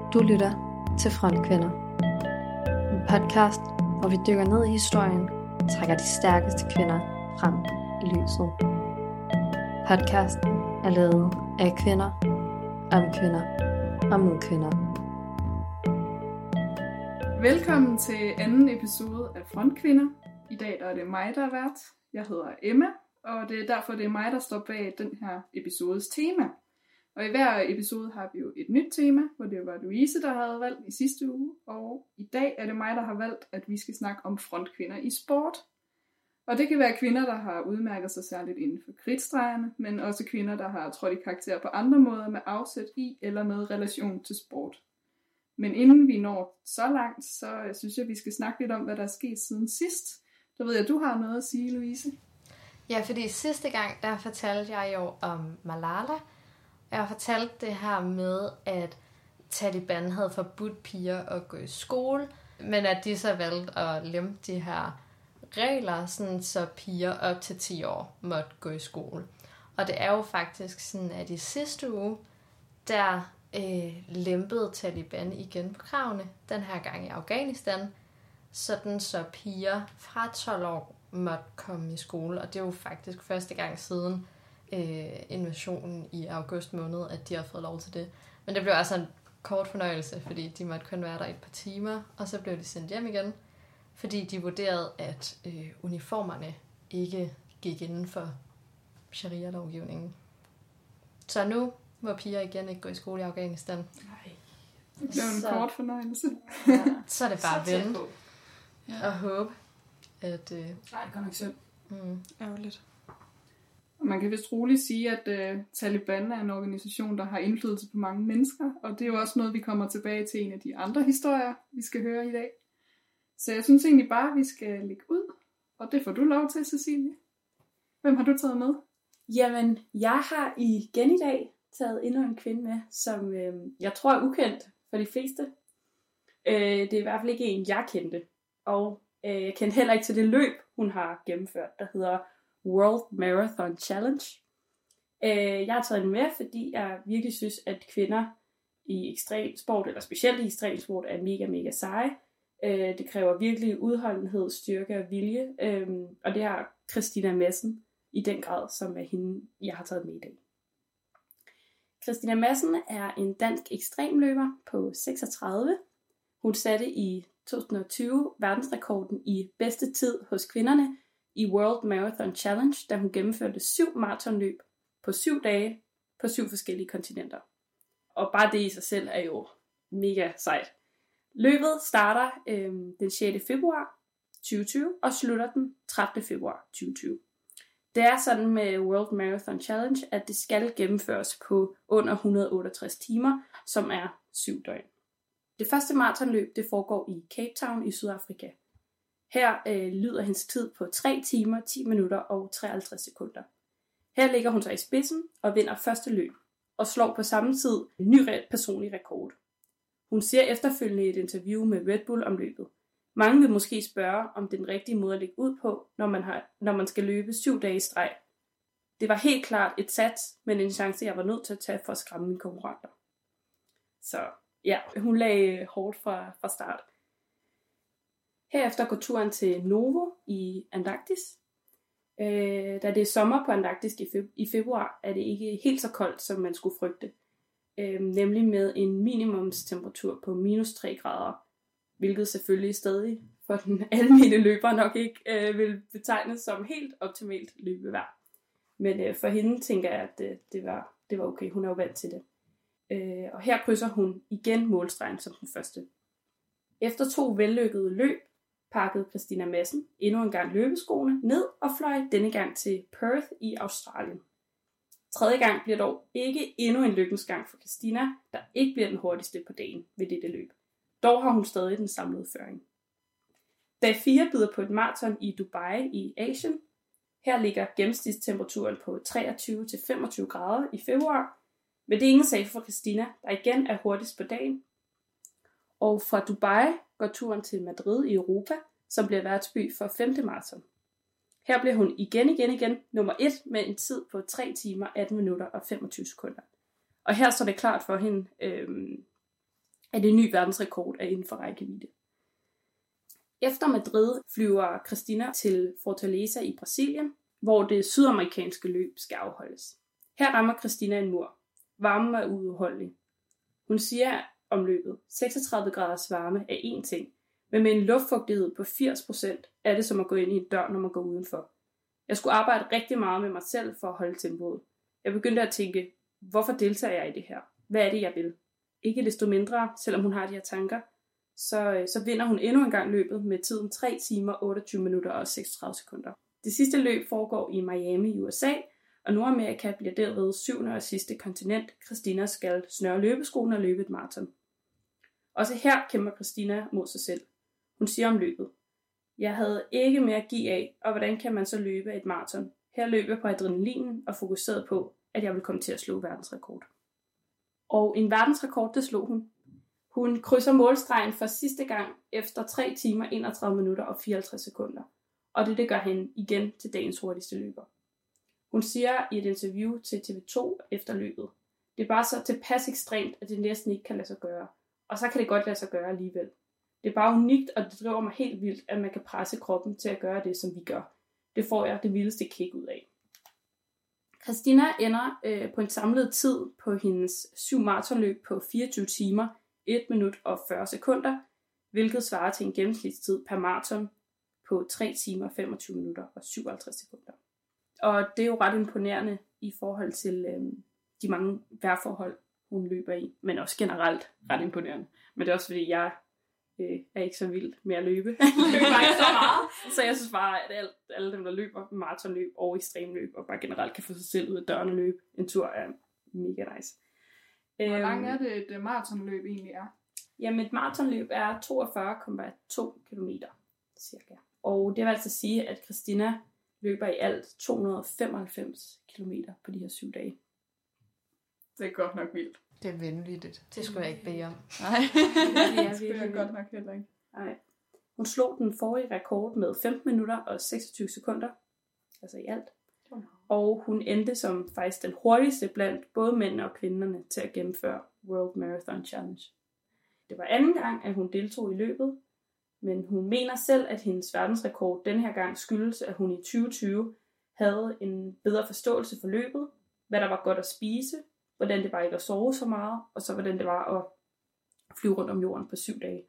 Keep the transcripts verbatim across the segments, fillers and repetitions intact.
Du lytter til Frontkvinder. En podcast, hvor vi dykker ned i historien og trækker de stærkeste kvinder frem i lyset. Podcasten er lavet af kvinder, om kvinder og med kvinder. Velkommen til anden episode af Frontkvinder. I dag der er det mig, der er vært. Jeg hedder Emma, og det er derfor, det er mig, der står bag den her episodes tema. Og i hver episode har vi jo et nyt tema, hvor det var Louise, der havde valgt i sidste uge. Og i dag er det mig, der har valgt, at vi skal snakke om frontkvinder i sport. Og det kan være kvinder, der har udmærket sig særligt inden for kridtstregerne, men også kvinder, der har trådt i karakter på andre måder med afsæt i eller med relation til sport. Men inden vi når så langt, så synes jeg, vi skal snakke lidt om, hvad der er sket siden sidst. Der ved jeg, at du har noget at sige, Louise. Ja, fordi sidste gang, der fortalte jeg jo om Malala. Jeg fortalte det her med, at Taliban havde forbudt piger at gå i skole, men at de så valgte at lempe de her regler, sådan så piger op til ti år måtte gå i skole. Og det er jo faktisk sådan, at i sidste uge, der øh, lempede Taliban igen på kravene, den her gang i Afghanistan, sådan så piger fra tolv år måtte komme i skole. Og det er jo faktisk første gang siden øh, invasionen i august måned, at de har fået lov til det. Men det blev altså en kort fornøjelse, fordi de måtte kun være der et par timer, og så blev de sendt hjem igen, fordi de vurderede, at øh, uniformerne ikke gik inden for sharia-lovgivningen. Så nu må piger igen ikke gå i skole i Afghanistan. Nej, det blev en så, kort fornøjelse. Ja, så er det bare at vende ja. og håbe, at... Øh, Nej, det går nok synd. Mm. Ærgerligt. Man kan vist roligt sige, at uh, Taliban er en organisation, der har indflydelse på mange mennesker, og det er jo også noget, vi kommer tilbage til en af de andre historier, vi skal høre i dag. Så jeg synes egentlig bare, at vi skal lægge ud, og det får du lov til, Cecilie. Hvem har du taget med? Jamen, jeg har igen i dag taget endnu en kvinde med, som øh, jeg tror er ukendt for de fleste. Øh, det er i hvert fald ikke en, jeg kendte, og øh, jeg kendte heller ikke til det løb, hun har gennemført, der hedder World Marathon Challenge. Øh, jeg har taget den med, fordi jeg virkelig synes, at kvinder i ekstrem sport, eller specielt i ekstrem sport, er mega, mega seje. Øh, det kræver virkelig udholdenhed, styrke og vilje, øh, og det har Christina Madsen i den grad, som er hende, jeg har taget med i dag. Christina Madsen er en dansk ekstremløber på seksogtredive. Hun satte i to tusind og tyve verdensrekorden i bedste tid hos kvinderne i World Marathon Challenge, da hun gennemførte syv maratonløb på syv dage på syv forskellige kontinenter. Og bare det i sig selv er jo mega sejt. Løbet starter øh, den sjette februar tyve tyve og slutter den tredivte februar tyve tyve. Det er sådan med World Marathon Challenge, at det skal gennemføres på under et hundrede og otteogtres timer, som er syv døgn. Det første maratonløb det foregår i Cape Town i Sydafrika. Her øh, lyder hendes tid på tre timer, ti minutter og treoghalvtreds sekunder. Her ligger hun sig i spidsen og vinder første løb, og slår på samme tid en ny personlig rekord. Hun siger efterfølgende i et interview med Red Bull om løbet. Mange vil måske spørge, om det er den rigtige måde at lægge ud på, når man, har, når man skal løbe syv dage i streg. Det var helt klart et sats, men en chance, jeg var nødt til at tage for at skræmme mine konkurrenter. Så ja, hun lagde hårdt fra, fra start. Herefter går turen til Novo i Antarktis. Øh, da det er sommer på Antarktis i, feb- i februar, er det ikke helt så koldt, som man skulle frygte. Øh, nemlig med en minimumstemperatur på minus tre grader. Hvilket selvfølgelig stadig for den almindelige løber nok ikke øh, vil betegnes som helt optimalt løbevejr. Men øh, for hende tænker jeg, at det, det, var, det var okay. Hun er jo vant til det. Øh, og her krydser hun igen målstregen som den første. Efter to vellykkede løb, pakkede Christina Madsen endnu en gang løbeskoene ned og fløj denne gang til Perth i Australien. Tredje gang bliver dog ikke endnu en lykkens gang for Christina, der ikke bliver den hurtigste på dagen ved dette løb. Dog har hun stadig den samlede føring. Dag fire byder på et maraton i Dubai i Asien. Her ligger gennemsnitstemperaturen på treogtyve til femogtyve grader i februar. Men det er ingen sag for Christina, der igen er hurtigst på dagen. Og fra Dubai går turen til Madrid i Europa, som bliver værtsby for femte maraton. Her bliver hun igen, igen, igen nummer et med en tid på tre timer, atten minutter og femogtyve sekunder. Og her står det klart for hende, øhm, at en ny verdensrekord er inden for rækkevidde. Efter Madrid flyver Cristina til Fortaleza i Brasilien, hvor det sydamerikanske løb skal afholdes. Her rammer Cristina en mur. Varmen er uudholdelig. Hun siger om løbet, seksogtredive graders varme er én ting, men med en luftfugtighed på firs procent er det som at gå ind i en dør, når man går udenfor. Jeg skulle arbejde rigtig meget med mig selv for at holde tempoet. Jeg begyndte at tænke, hvorfor deltager jeg i det her? Hvad er det, jeg vil? Ikke desto mindre, selvom hun har de her tanker, så, så vinder hun endnu en gang løbet med tiden tre timer, otteogtyve minutter og seksogtredive sekunder. Det sidste løb foregår i Miami i U S A, og Nordamerika bliver derved syvende og sidste kontinent. Cristina skal snøre løbeskoene og løbe et maraton. Også her kæmper Cristina mod sig selv. Hun siger om løbet: Jeg havde ikke mere at give af, og hvordan kan man så løbe et maraton? Her løb jeg på adrenalinen og fokuseret på, at jeg ville komme til at slå verdensrekord. Og en verdensrekord, det slog hun. Hun krydser målstregen for sidste gang efter tre timer, enogtredive minutter og fireoghalvtreds sekunder. Og det, det gør hende igen til dagens hurtigste løber. Hun siger i et interview til T V to efter løbet: Det er bare så tilpas ekstremt, at det næsten ikke kan lade sig gøre. Og så kan det godt lade sig gøre alligevel. Det er bare unikt, og det driver mig helt vildt, at man kan presse kroppen til at gøre det, som vi gør. Det får jeg det vildeste kick ud af. Cristina ender øh, på en samlet tid på hendes syv maratonløb på fireogtyve timer, et minut og fyrre sekunder, hvilket svarer til en gennemsnitstid per maraton på tre timer, femogtyve minutter og syvoghalvtreds sekunder. Og det er jo ret imponerende i forhold til øh, de mange vejrforhold, hun løber i, men også generelt ret imponerende. Men det er også fordi, jeg øh, er ikke så vild med at løbe. Jeg løber ikke så meget. Så jeg synes bare, at alle, alle dem, der løber maratonløb og ekstremløb, og bare generelt kan få sig selv ud af døren og løbe en tur, er mega nice. Hvor lang er det, et maratonløb egentlig er? Jamen, et maratonløb er toogfyrre komma to kilometer, cirka. Og det vil altså sige, at Cristina løber i alt to hundrede og femoghalvfems kilometer på de her syv dage. Det er godt nok vildt. Det er vanvittigt. Det skulle jeg ikke bede om. Nej. Det skulle jeg godt nok heller ikke. Nej. Hun slog den forrige rekord med femten minutter og seksogtyve sekunder. Altså i alt. Og hun endte som faktisk den hurtigste blandt både mænd og kvinderne til at gennemføre World Marathon Challenge. Det var anden gang, at hun deltog i løbet, men hun mener selv, at hendes verdensrekord den her gang skyldes, at hun i tyve tyve havde en bedre forståelse for løbet, hvad der var godt at spise, hvordan det var ikke at sove så meget, og så hvordan det var at flyve rundt om jorden på syv dage.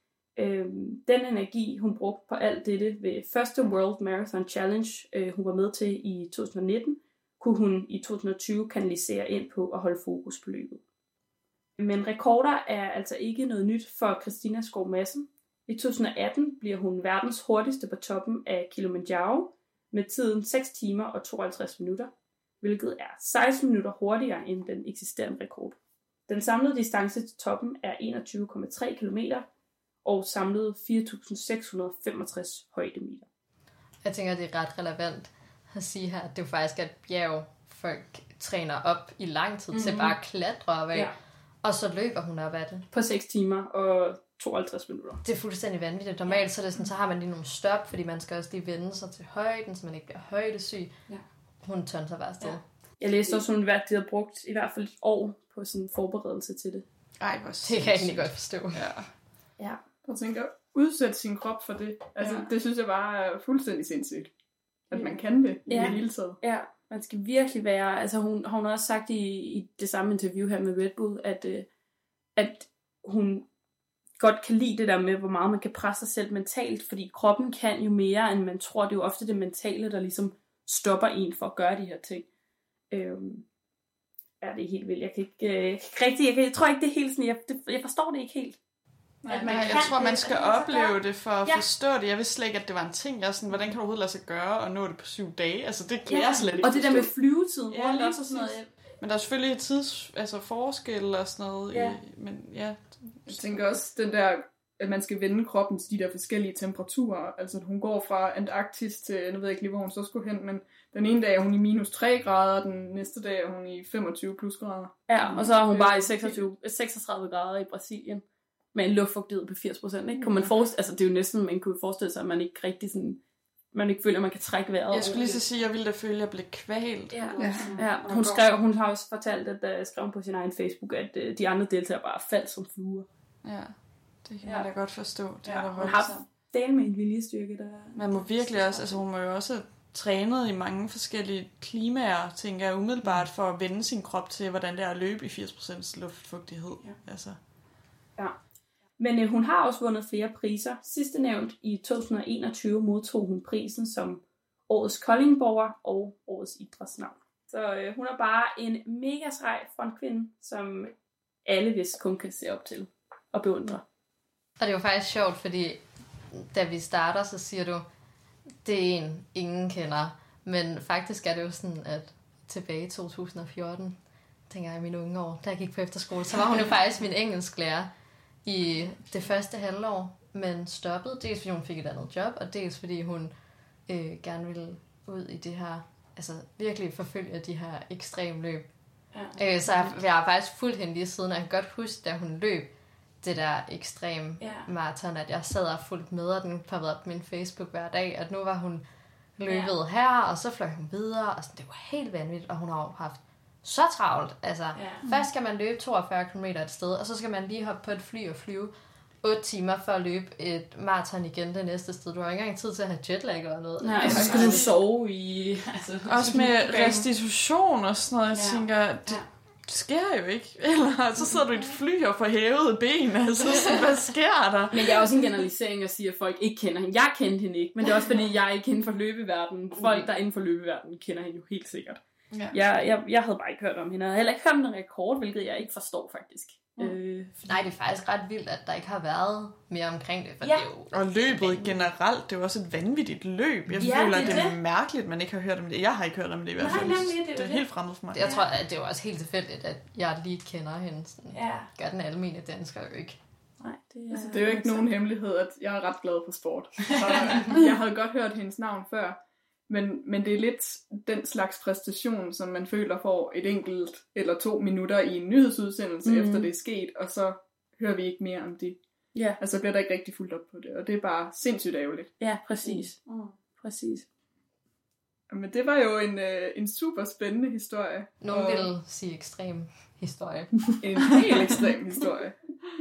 Øhm, den energi, hun brugte på alt dette ved første World Marathon Challenge, øh, hun var med til i to tusind nitten, kunne hun i to tusind tyve kanalisere ind på at holde fokus på løbet. Men rekorder er altså ikke noget nyt for Cristina Skov Madsen. I to tusind atten bliver hun verdens hurtigste på toppen af Kilimanjaro med tiden seks timer og tooghalvtreds minutter, hvilket er seksten minutter hurtigere end den eksisterende rekord. Den samlede distance til toppen er enogtyve komma tre kilometer og samlet fire tusind seks hundrede og femogtres højdemeter. Jeg tænker, det er ret relevant at sige her, at det jo faktisk er et bjerg, folk træner op i lang tid mm-hmm. til bare at klatre op af, ja. Og så løber hun op af det. På seks timer og tooghalvtreds minutter. Det er fuldstændig vanvittigt. Normalt så, er det sådan, så har man lige nogle stop, fordi man skal også lige vende sig til højden, så man ikke bliver højdesyg. Ja. Hun tønser bare afsted. Ja. Jeg læste også, at hun de havde brugt i hvert fald et år på sådan en forberedelse til det. Ej, hvor det kan jeg egentlig godt forstå. Ja. Ja. Jeg tænker, udsætte sin krop for det. Altså, ja. Det synes jeg bare er fuldstændig sindssygt. At man kan det i ja. det hele taget. Ja, man skal virkelig være... Altså, hun, hun har også sagt i, i det samme interview her med Red Bull, at, øh, at hun godt kan lide det der med, hvor meget man kan presse sig selv mentalt, fordi kroppen kan jo mere, end man tror. Det er jo ofte det mentale, der ligesom stopper en for at gøre de her ting. Øhm, ja, det er helt vildt. Jeg kan ikke, øh, ikke rigtig... Jeg, kan, jeg tror ikke, det er helt sådan... Jeg, det, jeg forstår det ikke helt. Nej, at man nej, jeg tror, man skal det, opleve det for at ja. forstå det. Jeg vidste slet ikke, at det var en ting. Jeg sådan, hvordan kan du overhovedet lade sig gøre og nå det på syv dage? Altså, det kan ja. jeg slet ikke. Og det der med flyvetiden. Ja, lige også sådan noget. Ja. Men der er selvfølgelig et tids, altså forskel og sådan noget. Ja. I, men ja. Jeg tænker også, den der, at man skal vende kroppen til de der forskellige temperaturer. Altså, hun går fra Antarktis til, jeg ved ikke lige, hvor hun så skulle hen, men den ene dag er hun i minus tre grader, den næste dag er hun i femogtyve plus grader. Ja, og så er hun bare i seksogtyve, seksogtredive grader i Brasilien. Med en luftfugtighed på firs procent, ikke? Kunne man forestille, altså det er jo næsten, man kunne forestille sig, at man ikke rigtig sådan, man ikke føler, at man kan trække vejret. Jeg skulle lige så sige, at jeg ville da føle, at jeg blev kvalt. Ja, ja. ja. Hun, skrev, hun har også fortalt, at uh, skrev på sin egen Facebook, at uh, de andre deltagere bare faldt som fluer. Ja, det kan ja. man da godt forstå. Det ja, er hun har delt med en viljestyrke, der... Man må virkelig også, altså hun må jo også trænet i mange forskellige klimaer, tænker jeg umiddelbart, for at vende sin krop til, hvordan det er at løbe i firs procent luftfugtighed. Ja. Altså. Ja. Men øh, hun har også vundet flere priser. Sidste nævnt i to tusind og enogtyve modtog hun prisen som Årets Koldingborger og Årets Idrætsnavn. Så øh, hun er bare en mega sej frontkvinde, som alle vist kun kan se op til og beundre. Og det er jo faktisk sjovt, fordi da vi starter, så siger du, det er en, ingen kender. Men faktisk er det jo sådan, at tilbage i to tusind og fjorten, tænker jeg i mine unge år, da jeg gik på efterskole, så var hun jo faktisk min engelsklærer i det første halvår, men stoppede, dels fordi hun fik et andet job, og dels fordi hun øh, gerne ville ud i det her, altså virkelig forfølge de her ekstremløb. Ja. Øh, så jeg, jeg har faktisk fulgt hende lige siden, og jeg kan godt huske, da hun løb det der ekstrem ja. maraton, at jeg sad og fulgte med, og den poppede op på min Facebook hver dag, at nu var hun løbet ja. her, og så fløj hun videre, og sådan, det var helt vanvittigt, og hun har jo haft så travlt. Altså, ja. først skal man løbe toogfyrre kilometer et sted, og så skal man lige hoppe på et fly og flyve otte timer for at løbe et maraton igen det næste sted. Du har ikke engang tid til at have jetlag eller noget. Nej, så skal du sove i... Altså, også med restitution og sådan noget. Jeg ja. tænker, det, ja. det sker jo ikke. Eller så sidder du i et fly og får hævet ben. Altså, så, hvad sker der? Men det er også en generalisering at sige, at folk ikke kender hende. Jeg kendte hende ikke, men det er også fordi, jeg er ikke inden for løbeverdenen. Folk, der er inden for løbeverdenen, kender hende jo helt sikkert. Ja. Jeg, jeg, jeg havde bare ikke hørt om hende. Jeg havde heller ikke hørt om en rekord, hvilket jeg ikke forstår faktisk. Mm. Øh, Nej, det er faktisk ret vildt, at der ikke har været mere omkring det. For ja. det er jo og løbet generelt, det er jo også et vanvittigt løb. Jeg ja, føler, det, det er det. mærkeligt, at man ikke har hørt om det. Jeg har ikke hørt om det i hvert fald. Nej, det, det, det er helt fremmed for mig. Jeg tror, at det er jo også helt tilfældigt, at jeg lige kender hende. Sådan, ja. Gør den almene dansker jo ikke. Nej, det er, altså, det er jo ikke nogen hemmelighed, at jeg er ret glad for sport. Jeg havde godt hørt hendes navn før. Men, men det er lidt den slags præstation, som man føler får et enkelt eller to minutter i en nyhedsudsendelse, mm. efter det er sket, og så hører vi ikke mere om det. Ja. Altså bliver der ikke rigtig fuldt op på det, og det er bare sindssygt ærgerligt. Ja, præcis. Mm. Præcis. Men det var jo en, øh, en super spændende historie. Nogen og... vil sige ekstrem historie. En helt ekstrem historie.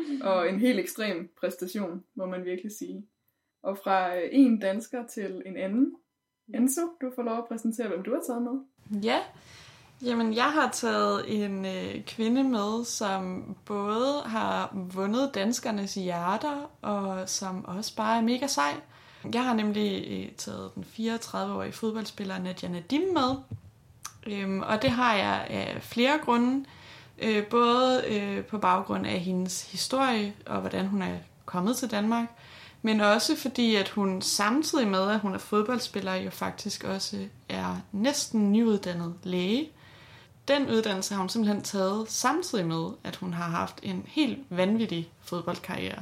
Og en helt ekstrem præstation, må man virkelig sige. Og fra øh, en dansker til en anden. Enzo, du får lov at præsentere, hvem du har taget med. Ja, jamen jeg har taget en øh, kvinde med, som både har vundet danskernes hjerter, og som også bare er mega sej. Jeg har nemlig øh, taget den fireogtredive-årige fodboldspiller Nadia Nadim med, øhm, og det har jeg af flere grunde. Øh, både øh, på baggrund af hendes historie, og hvordan hun er kommet til Danmark, men også fordi, at hun samtidig med, at hun er fodboldspiller, jo faktisk også er næsten nyuddannet læge. Den uddannelse har hun simpelthen taget samtidig med, at hun har haft en helt vanvittig fodboldkarriere.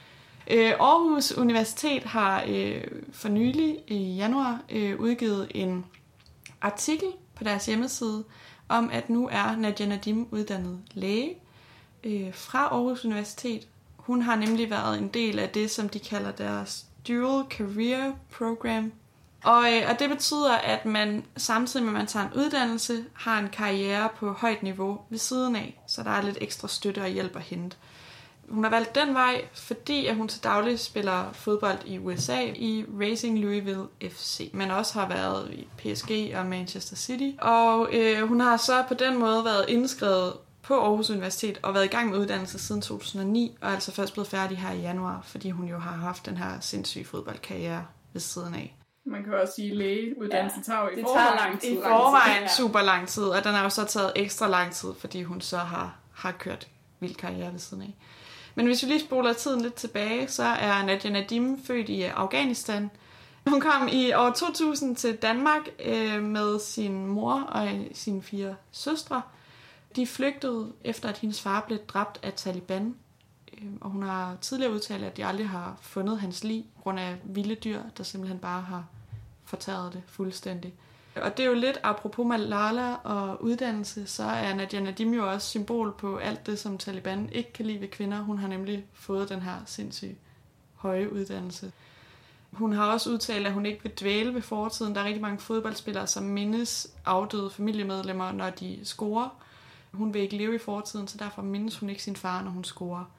Øh, Aarhus Universitet har øh, for nylig i januar øh, udgivet en artikel på deres hjemmeside om, at nu er Nadia Nadim uddannet læge øh, fra Aarhus Universitet. Hun har nemlig været en del af det, som de kalder deres Dual Career Program. Og, øh, og det betyder, at man samtidig med, at man tager en uddannelse, har en karriere på højt niveau ved siden af. Så der er lidt ekstra støtte og hjælp at hente. Hun har valgt den vej, fordi at hun til daglig spiller fodbold i U S A i Racing Louisville F C, men også har været i P S G og Manchester City. Og øh, hun har så på den måde været indskrevet på Aarhus Universitet og været i gang med uddannelse siden to tusind og ni, og altså først blevet færdig her i januar, fordi hun jo har haft den her sindssyge fodboldkarriere ved siden af. Man kan også sige, at lægeuddannelsen ja, tager jo i det forvejen, tager lang tid. I forvejen super lang tid, og den har jo så taget ekstra lang tid, fordi hun så har, har kørt vild karriere ved siden af. Men hvis vi lige spoler tiden lidt tilbage, så er Nadia Nadim født i Afghanistan. Hun kom i år to tusind til Danmark øh, med sin mor og sine fire søstre. De flygtede efter, at hendes far blev dræbt af Taliban. Øh, og hun har tidligere udtalt, at de aldrig har fundet hans lig på grund af vilde dyr, der simpelthen bare har fortæret det fuldstændig. Og det er jo lidt apropos Malala og uddannelse, så er Nadia Nadim jo også symbol på alt det, som Taliban ikke kan lide ved kvinder. Hun har nemlig fået den her sindssygt høje uddannelse. Hun har også udtalt, at hun ikke vil dvæle ved fortiden. Der er rigtig mange fodboldspillere, som mindes afdøde familiemedlemmer, når de scorer. Hun vil ikke leve i fortiden, så derfor mindes hun ikke sin far, når hun scorer.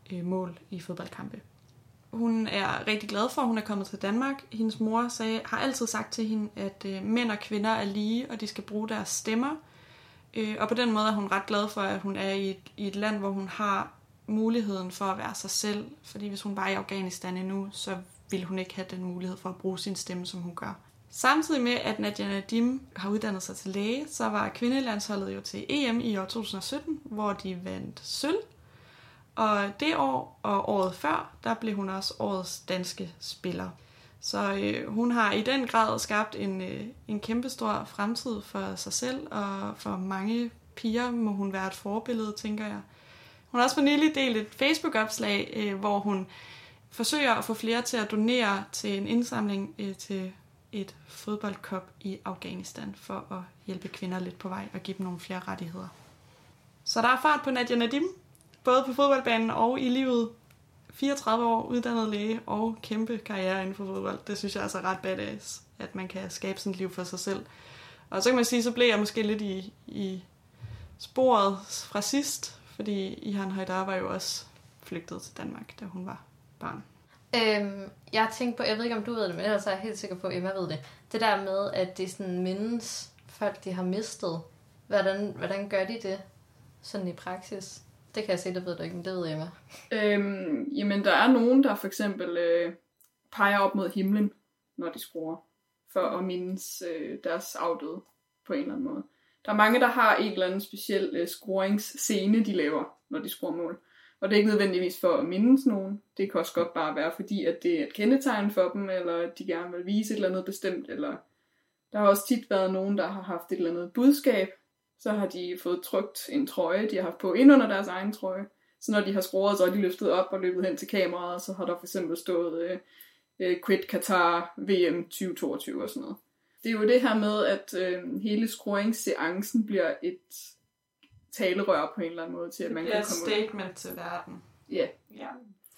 øh, mål i fodboldkampe. Hun er rigtig glad for, at hun er kommet til Danmark. Hendes mor sagde, har altid sagt til hende, at øh, mænd og kvinder er lige, og de skal bruge deres stemmer. Øh, og på den måde er hun ret glad for, at hun er i et, i et land, hvor hun har muligheden for at være sig selv. Fordi hvis hun var i Afghanistan endnu, så ville hun ikke have den mulighed for at bruge sin stemme, som hun gør. Samtidig med, at Nadia Nadim har uddannet sig til læge, så var kvindelandsholdet jo til E M i år to tusind og sytten, hvor de vandt sølv. Og det år og året før, der blev hun også årets danske spiller. Så øh, hun har i den grad skabt en, øh, en kæmpestor fremtid for sig selv, og for mange piger må hun være et forbillede, tænker jeg. Hun har også for nylig delt et Facebook-opslag, øh, hvor hun forsøger at få flere til at donere til en indsamling øh, til et fodboldcup i Afghanistan, for at hjælpe kvinder lidt på vej og give dem nogle flere rettigheder. Så der er fart på Nadia Nadim, både på fodboldbanen og i livet. fireogtredive år, uddannet læge og kæmpe karriere inden for fodbold. Det synes jeg altså er ret badass, at man kan skabe sådan et liv for sig selv. Og så kan man sige, så blev jeg måske lidt i, i sporet fra sidst, fordi Ihan Haidar var jo også flygtet til Danmark, da hun var barn. Øhm, jeg tænkte på, jeg ved ikke om du ved det, men ellers er jeg helt sikker på, at Emma ved det. Det der med, at det sådan mindes folk, de har mistet. Hvordan, hvordan gør de det sådan i praksis? Det kan jeg se, det ved du ikke, men det ved Emma. Øhm, jamen, der er nogen, der for eksempel øh, peger op mod himlen, når de skruer, for at mindes øh, deres afdøde på en eller anden måde. Der er mange, der har en eller anden speciel øh, scoringsscene, de laver, når de skruer mål. Og det er ikke nødvendigvis for at mindes nogen. Det kan også godt bare være, fordi at det er et kendetegn for dem, eller at de gerne vil vise et eller andet bestemt. Eller der har også tit været nogen, der har haft et eller andet budskab. Så har de fået trykt en trøje, de har haft på ind under deres egen trøje. Så når de har skruet, så har de løftet op og løbet hen til kameraet, og så har der for eksempel stået øh, Quit Qatar V M tyve toogtyve og sådan noget. Det er jo det her med, at øh, hele skruingsseancen bliver et talerør på en eller anden måde til, at man kan komme ud. Det er et statement til verden. Ja. Ja.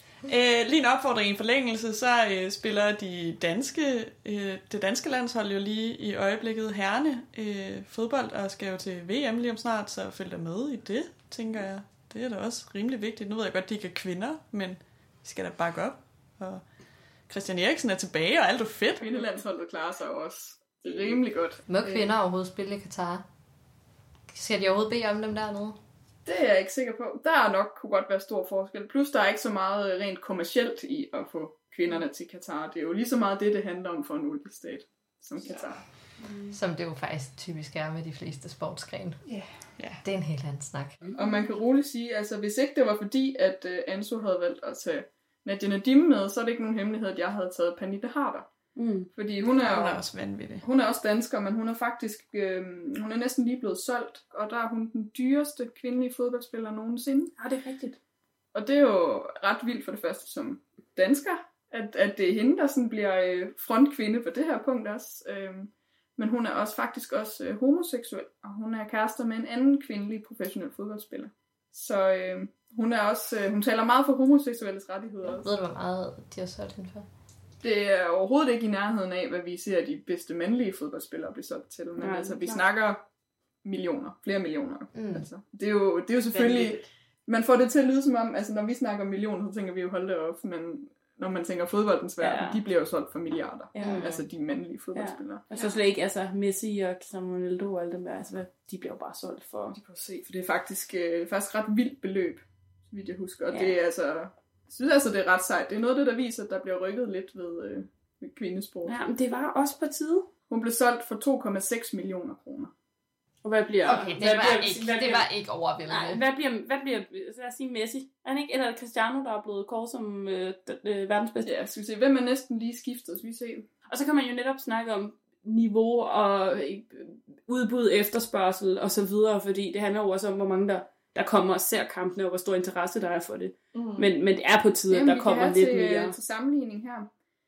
Øh, lige en opfordring i forlængelse, så øh, spiller de danske, øh, det danske landshold jo lige i øjeblikket herrene øh, fodbold, og skal jo til V M lige om snart, så følg der med i det, tænker jeg. Det er da også rimelig vigtigt. Nu ved jeg godt, de ikke er kvinder, men de skal da bakke op. Og Christian Eriksen er tilbage, og alt er fedt. Kvindelandsholdet klarer sig også. Det er rimelig godt. Må kvinder overhovedet spille i Katar? Skal de overhovedet bede om dem dernede? Det er jeg ikke sikker på. Der er nok kunne godt være stor forskel. Plus der er ikke så meget rent kommercielt i at få kvinderne til Katar. Det er jo lige så meget det, det handler om for en oliestat som Katar. Mm. Som det jo faktisk typisk er med de fleste sportsgrene. Yeah. Ja. Det er en helt anden snak. Og man kan roligt sige, altså hvis ikke det var fordi, at uh, Anso havde valgt at tage Nadia Nadim med, så er det ikke nogen hemmelighed, at jeg havde taget Pernille Harder. Mm. Fordi hun er, hun er jo, også vanvittig. Hun er også dansker, men hun er faktisk øh, hun er næsten lige blevet solgt, og der er hun den dyreste kvindelige fodboldspiller nogensinde. Ja, det er rigtigt. Og det er jo ret vildt for det første som dansker, at, at det er hende, der sådan bliver øh, frontkvinde på det her punkt også. Øh, men hun er også faktisk også øh, homoseksuel, og hun er kærester med en anden kvindelig professionel fodboldspiller. Så øh, hun er også øh, hun taler meget for homoseksuelles rettigheder også. Ved du, hvor meget de har solgt hende for? Det er overhovedet ikke i nærheden af, hvad vi ser de bedste mandlige fodboldspillere blive solgt til. Men ja, altså, vi klar. snakker millioner, flere millioner. Mm. Altså, det, er jo, det er jo selvfølgelig... Man får det til at lyde som om, altså når vi snakker om millioner, så tænker vi jo, hold det op. Men når man tænker fodboldens verden, ja. de bliver jo solgt for milliarder. Ja. Altså de mandlige fodboldspillere. Ja. Og så slet ikke, altså Messi og Cristiano Ronaldo og alle dem der, altså de bliver jo bare solgt for... De kan se, for det er faktisk, øh, faktisk ret vildt beløb, så vidt jeg husker. Og ja. det er altså... Jeg synes altså, det er ret sejt. Det er noget af det, der viser, at der bliver rykket lidt ved, øh, ved kvindesport. Ja, men det var også på tide. Hun blev solgt for to komma seks millioner kroner. Og hvad bliver... Okay, det, hvad var, bliver, ikke, hvad det bliver, var ikke overvældende. Nej, hvad bliver, hvad bliver, så lad os sige Messi. Er han ikke, eller Cristiano, der er blevet kåret som øh, øh, verdens bedste? Ja, skal vi se, hvem er næsten lige skiftet, skal vi se. Og så kan man jo netop snakke om niveau og øh, udbud, efterspørgsel og så videre, fordi det handler jo også om, hvor mange der, der kommer og ser kampene, og hvor stor interesse der er for det. Mm. Men, men det er på tide, at der kommer lidt til, mere. Til sammenligning her.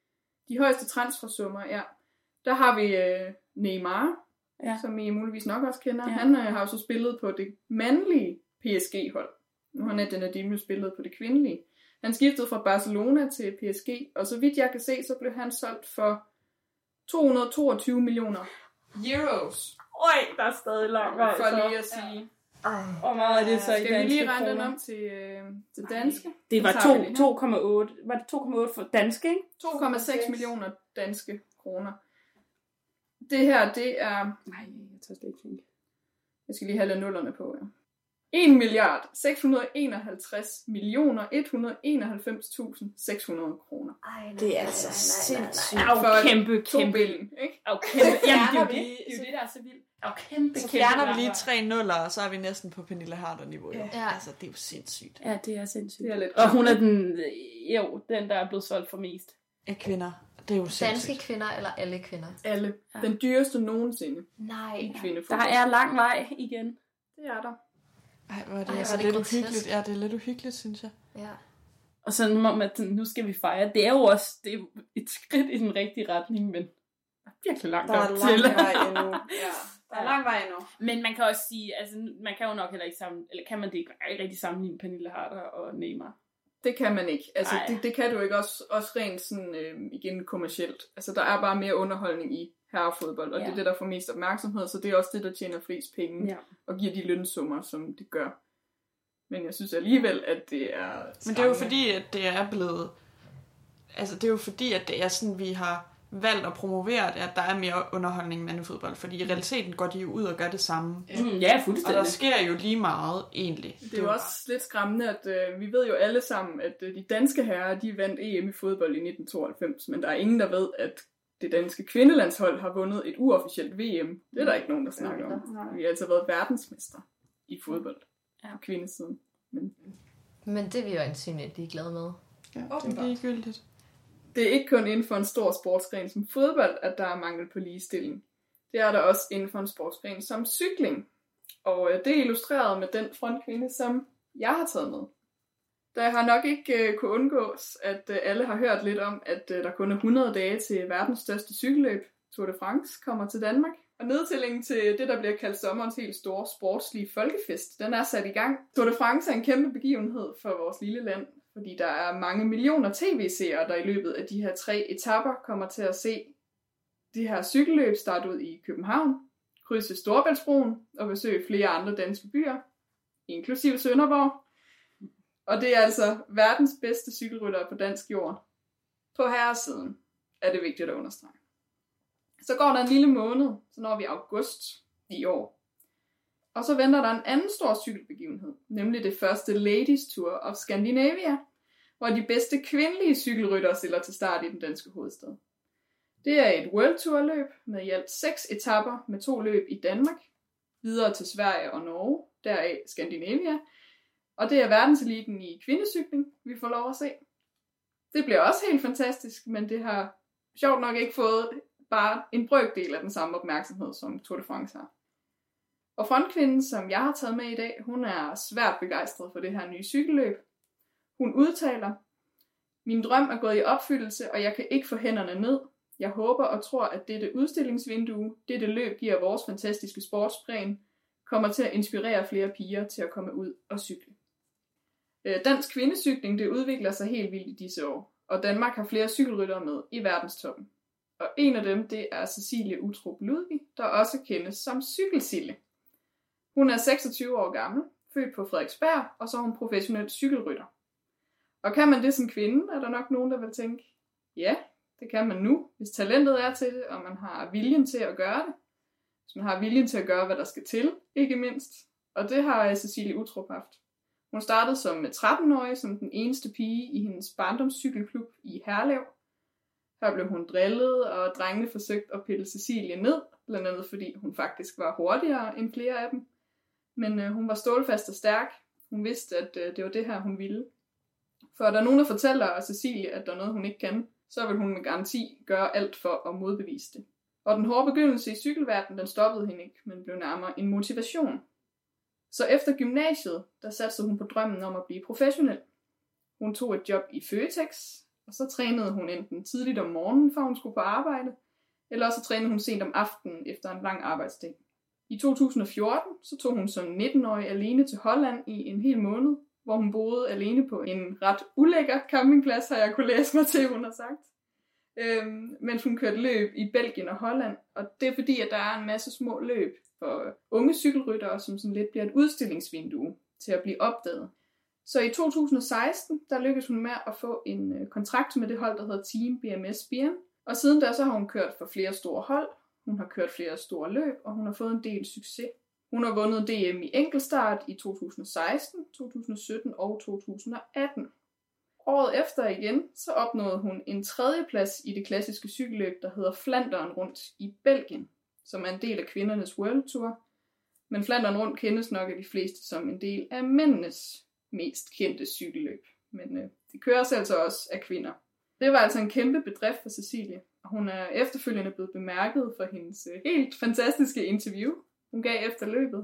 De højeste transfersummer, ja. Der har vi øh, Neymar, ja. Som I muligvis nok også kender. Ja. Han øh, har jo så spillet på det mandlige P S G-hold. Nu har Nadia Nadim jo spillet på det kvindelige. Han skiftede fra Barcelona til P S G, og så vidt jeg kan se, så blev han solgt for to hundrede og toogtyve millioner euros. Øj, der er stadig langt vej. For lige at sige. Hvor meget er det så i Skal vi danske lige regne den kroner? om til, øh, til danske? Det var Så tager vi det her. to komma otte. Var det to komma otte for danske, ikke? to komma seks millioner danske kroner. Det her, det er... Nej, jeg tager slet ikke tænke. Jeg skal lige have lidt nullerne på, ja. en milliard seks hundrede enoghalvtreds millioner et hundrede enoghalvfems tusind seks hundrede kroner. Ej, nej, Det er nej, altså nej, nej, nej, sindssygt. nej. Au, For kæmpe, To kæmpe. bilen, ikke? Au, kæmpe. Jamen, det er jo fjerner det. vi- Det er jo det, der er så vildt. Au, kæmpe, Så kæmpe. fjerner vi lige lapper. tre nuller, og så er vi næsten på Pernille Harder-niveau. Ja. Ja. Altså, det er jo sindssygt. Ja, det er sindssygt. Det er lidt Og hun er den, jo, den, der er blevet solgt for mest. Af kvinder. Det er jo sindssygt. Danske kvinder eller alle kvinder? alle. Ja. Den dyreste nogensinde Nej. i Der kvindefodbold. er lang vej igen. Det er der. Ej, hvor er det, Ej, altså hvor er det lidt grotesk. uhyggeligt. Ja, det er lidt uhyggeligt, synes jeg. Ja. Og så som om, at nu skal vi fejre. Det er jo også det er jo et skridt i den rigtige retning, men der er virkelig langt Der er op lang til. vej endnu. Ja. Der er lang vej endnu. Men man kan også sige, altså man kan jo nok heller ikke sammen, eller kan man det ikke, ikke rigtig sammenligne Pernille Harder og Neymar. Det kan man ikke. Altså, Ej. det, det kan du ikke også, også rent sådan, øh, igen kommercielt. Altså, der er bare mere underholdning i herrefodbold, og Ja. det er det, der får mest opmærksomhed, så det er også det, der tjener flest penge, Ja. og giver de lønsummer, som det gør. Men jeg synes alligevel, at det er Men det er jo skræmmende. fordi, at det er blevet... Altså, det er jo fordi, at det er sådan, vi har valgt at promovere det, at der er mere underholdning med fodbold. Fordi i realiteten går de jo ud og gør det samme. Ja, mm, ja Og fuldstændig. der sker jo lige meget, egentlig. Det er jo også lidt skræmmende, at øh, vi ved jo alle sammen, at øh, de danske herrer, de vandt E M i fodbold i nitten tooghalvfems, men der er ingen, der ved, at det danske kvindelandshold har vundet et uofficielt V M. Det er der ikke nogen, der snakker om. Nej. Vi har altså været verdensmester i fodbold Ja. på kvindesiden. Men Men det er vi jo øjensynligt ligeglade med. Ja, det er ligegyldigt. det er ikke kun inden for en stor sportsgren som fodbold, at der er mangel på ligestilling. Det er der også inden for en sportsgren som cykling. Og øh, det er illustreret med den frontkvinde, som jeg har taget med. Der har nok ikke øh, kunne undgås, at øh, alle har hørt lidt om, at øh, der kun er hundrede dage til verdens største cykelløb, Tour de France, kommer til Danmark. Og nedtællingen til det, der bliver kaldt sommerens helt store sportslige folkefest, den er sat i gang. Tour de France er en kæmpe begivenhed for vores lille land, fordi der er mange millioner tv-seere, der i løbet af de her tre etapper kommer til at se de her cykelløb starte ud i København, krydse Storebæltsbroen og besøge flere andre danske byer, inklusive Sønderborg. Og det er altså verdens bedste cykelryttere på dansk jord. På herresiden er det vigtigt at understrege. Så går der en lille måned, så når vi august i år. Og så venter der en anden stor cykelbegivenhed, nemlig det første Ladies Tour of Scandinavia, hvor de bedste kvindelige cykelryttere stiller til start i den danske hovedstad. Det er et World Tour løb med i alt seks etapper med to løb i Danmark, videre til Sverige og Norge, deraf Scandinavia, og det er verdenseliten i kvindecykling, vi får lov at se. Det bliver også helt fantastisk, men det har sjovt nok ikke fået bare en brøkdel af den samme opmærksomhed, som Tour de France har. Og frontkvinden, som jeg har taget med i dag, hun er svært begejstret for det her nye cykelløb. Hun udtaler, min drøm er gået i opfyldelse, og jeg kan ikke få hænderne ned. Jeg håber og tror, at dette udstillingsvindue, dette løb giver vores fantastiske sportsgren, kommer til at inspirere flere piger til at komme ud og cykle. Dansk kvindecykling, det udvikler sig helt vildt i disse år, og Danmark har flere cykelryttere med i verdenstoppen. Og en af dem, det er Cecilie Utrup Ludvig, der også kendes som Cykelsille. Hun er seksogtyve år gammel, født på Frederiksberg, og så er hun professionel cykelrytter. Og kan man det som kvinde, er der nok nogen, der vil tænke, ja, det kan man nu, hvis talentet er til det, og man har viljen til at gøre det. Hvis man har viljen til at gøre, hvad der skal til, ikke mindst. Og det har Cecilie Utrup haft. Hun startede som tretten-årig, som den eneste pige i hendes barndomscykelklub i Herlev. Her blev hun drillet, og drengene forsøgte at pille Cecilie ned, blandt andet fordi hun faktisk var hurtigere end flere af dem. Men øh, hun var stålfast og stærk. Hun vidste, at øh, det var det her, hun ville. For er der nogen, der fortæller Cecilie, at der er noget, hun ikke kan, så vil hun med garanti gøre alt for at modbevise det. Og den hårde begyndelse i cykelverdenen, den stoppede hende ikke, men blev nærmere en motivation. Så efter gymnasiet, der satte hun på drømmen om at blive professionel. Hun tog et job i Føtex, og så trænede hun enten tidligt om morgenen, før hun skulle på arbejde, eller også trænede hun sent om aftenen efter en lang arbejdsdag. I to tusind og fjorten så tog hun som nitten-årig alene til Holland i en hel måned, hvor hun boede alene på en ret ulækker campingplads, har jeg kunne læse mig til, hun har sagt. Øhm, mens hun kørte løb i Belgien og Holland, og det er fordi, at der er en masse små løb for unge cykelryttere, som sådan lidt bliver et udstillingsvindue til at blive opdaget. Så i to tusind og seksten, der lykkedes hun med at få en kontrakt med det hold, der hedder Team B M S Bjørn. Og siden da så har hun kørt for flere store hold, hun har kørt flere store løb, og hun har fået en del succes. Hun har vundet D M i enkeltstart i to tusind og seksten, to tusind og sytten og to tusind og atten. Året efter igen, så opnåede hun en tredjeplads i det klassiske cykelløb, der hedder Flandern rundt i Belgien, som er en del af kvindernes World Tour. Men Flandern rundt kendes nok af de fleste som en del af mændenes mest kendte cykelløb. Men øh, det køres altså også af kvinder. Det var altså en kæmpe bedrift for Cecilie, og hun er efterfølgende blevet bemærket for hendes øh, helt fantastiske interview, hun gav efter løbet.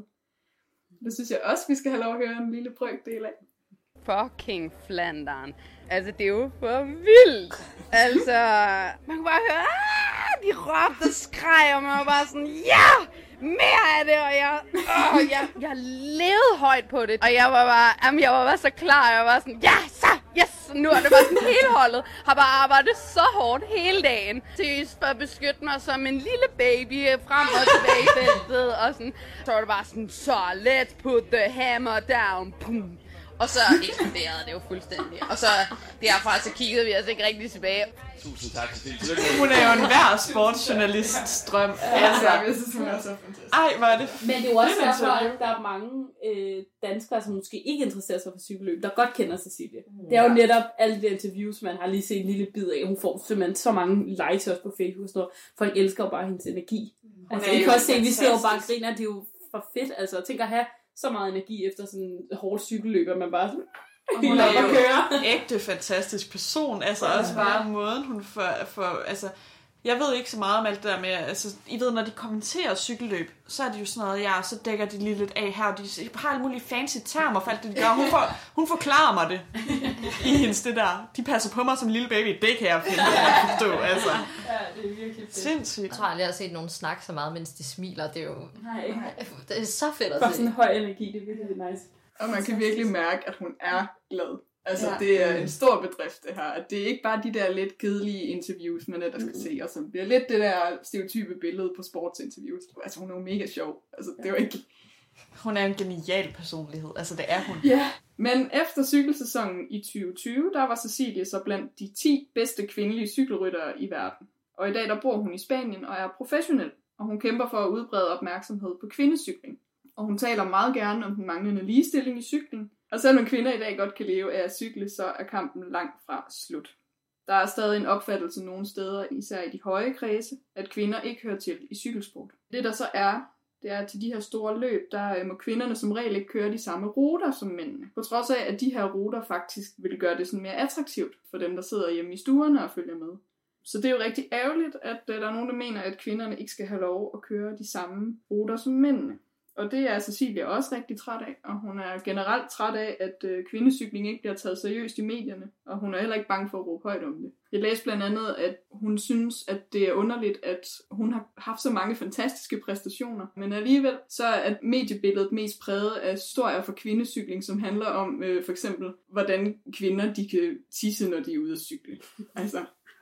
Det synes jeg også, vi skal have lov at høre en lille brøkdel af. Fucking Flandern. Altså, det er jo for vildt. Altså, man kunne bare høre, ah, de råbte og skreg, og man var bare sådan, ja, mere af det, og jeg, åh, jeg, jeg levede højt på det. Og jeg var bare, jamen, jeg var bare så klar, jeg var sådan, ja, så, yes, nu er det bare sådan hele holdet. Har bare arbejdet så hårdt hele dagen. Seriøst for at beskytte mig som en lille baby frem og tilbage i feltet, og sådan, så var det bare sådan, så let's put the hammer down, boom. Og så eksploderede det jo fuldstændig. Og så derfra så kiggede vi os ikke rigtig tilbage. Tusind tak. Hun er jo en hver sportsjournalists drøm. Altså, jeg synes, hun er så fantastisk. Ej, hvor er det f- Men det er jo også derfor, at der er mange øh, danskere, som måske ikke interesserer sig for cykelløb, der godt kender Cecilie. Mm. Det er jo netop alle de interviews, man har lige set en lille bid af. Hun får simpelthen så mange likes også på Facebook og sådan noget. Folk elsker jo bare hendes energi. Mm. Altså, I kan også se, at vi sidder jo bare og griner. Det er jo for fedt, altså. Tænk at have så meget energi efter sådan en hårdt cykelløb, at man bare sådan... Og hun er jo en ægte fantastisk person, altså også bare måden hun får, for, altså, jeg ved ikke så meget om alt det der med, altså, I ved, når de kommenterer cykelløb, så er det jo sådan noget, ja, så dækker de lige lidt af her, og de har alle mulige fancy termer for alt det, de gør. Hun, for, hun forklarer mig det i hendes det der. De passer på mig som en lille baby, det kan jeg finde forstå, altså. Ja, det er virkelig fedt. Sindssygt. Jeg tror aldrig, jeg har set nogen snakke så meget, mens de smiler. Det er jo Nej. det er så fedt at Bare se. sådan en høj energi, det er virkelig nice. Og man kan virkelig mærke, at hun er glad. Altså, Ja. det er en stor bedrift, det her. At det er ikke bare de der lidt kedelige interviews, man ellers skal mm. se, og så bliver lidt det der stereotype billede på sportsinterviews. Altså, hun er jo mega sjov. Altså, det er jo ikke... Hun er en genial personlighed, altså det er hun. Ja, men efter cykelsæsonen i tyve tyve, der var Cecilie så blandt de ti bedste kvindelige cykelryttere i verden. Og i dag, der bor hun i Spanien og er professionel, og hun kæmper for at udbrede opmærksomhed på kvindecykling. Og hun taler meget gerne om den manglende ligestilling i cykling. Og selvom kvinder i dag godt kan leve af at cykle, så er kampen langt fra slut. Der er stadig en opfattelse nogle steder, især i de høje kredse, at kvinder ikke hører til i cykelsport. Det der så er, det er til de her store løb, der må kvinderne som regel ikke køre de samme ruter som mændene. På trods af, at de her ruter faktisk vil gøre det sådan mere attraktivt for dem, der sidder hjemme i stuerne og følger med. Så det er jo rigtig ærgerligt, at der er nogen, der mener, at kvinderne ikke skal have lov at køre de samme ruter som mændene. Og det er Cecilie også rigtig træt af, og hun er generelt træt af, at øh, kvindecykling ikke bliver taget seriøst i medierne, og hun er heller ikke bange for at råbe højt om det. Jeg læste blandt andet, at hun synes, at det er underligt, at hun har haft så mange fantastiske præstationer, men alligevel så er mediebilledet mest præget af historier for kvindecykling, som handler om øh, for eksempel, hvordan kvinder de kan tisse, når de er ude at cykle. Altså,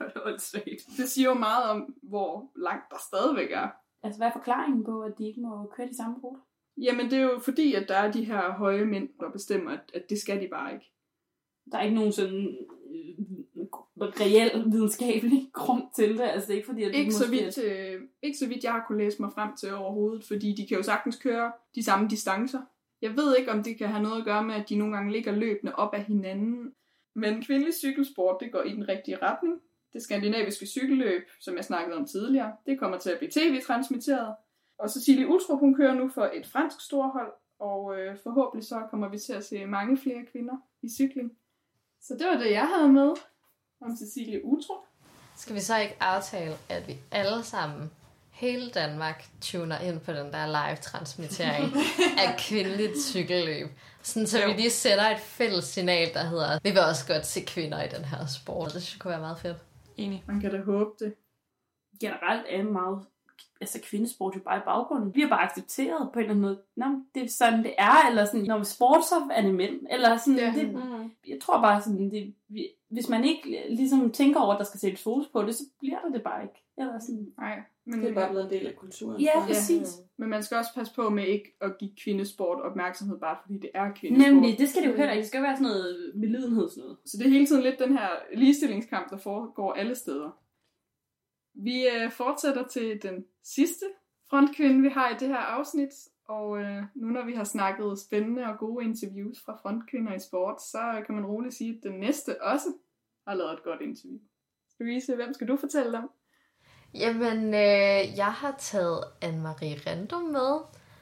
det siger jo meget om, hvor langt der stadigvæk er. Altså, hvad er forklaringen på, at de ikke må køre de samme ruter? Jamen, det er jo fordi, at der er de her høje mænd, der bestemmer, at, at det skal de bare ikke. Der er ikke nogen sådan øh, reel videnskabelig grund til det. Altså, det er ikke fordi, at de Ikke så, måske... vidt, øh, ikke så vidt, jeg har kunne læse mig frem til overhovedet, fordi de kan jo sagtens køre de samme distancer. Jeg ved ikke, om det kan have noget at gøre med, at de nogle gange ligger løbende op af hinanden. Men kvindelig cykelsport, det går i den rigtige retning. Det skandinaviske cykelløb, som jeg snakkede om tidligere, det kommer til at blive tv-transmitteret. Og Cecilie Uttrup, hun kører nu for et fransk storhold, og øh, forhåbentlig så kommer vi til at se mange flere kvinder i cykling. Så det var det, jeg havde med om Cecilie Uttrup. Skal vi så ikke aftale, at vi alle sammen, hele Danmark, tuner ind på den der live-transmittering af kvindeligt cykelløb? Sådan, så vi lige sætter et fælles signal, der hedder, vi vil også godt se kvinder i den her sport. Det synes jeg kunne være meget fedt. Enig. Man kan da håbe det. Generelt er meget... Altså, kvindesport jo bare i baggrunden. Vi har bare accepteret på en eller anden måde. Nå, det er sådan, det er. Eller sådan, når vi sport, så er det mænd. Eller sådan, Ja. det, jeg tror bare sådan, det, vi, hvis man ikke ligesom tænker over, at der skal sættes fokus på det, så bliver der det bare ikke. Eller sådan. Nej, men Det er bare blevet en del af kulturen. Ja, præcis. Men man skal også passe på med ikke at give kvindesport opmærksomhed, bare fordi det er kvindesport. Nemlig, det skal det jo heller ikke. Det skal være sådan noget medlidenhed sådan noget. Så det er hele tiden lidt den her ligestillingskamp, der foregår alle steder. Vi øh, fortsætter til den sidste frontkvinde, vi har i det her afsnit. Og øh, nu når vi har snakket spændende og gode interviews fra frontkvinder i sport, så kan man roligt sige, at den næste også har lavet et godt interview. Louise, hvem skal du fortælle om? Jamen, øh, jeg har taget Anne-Marie Randum med,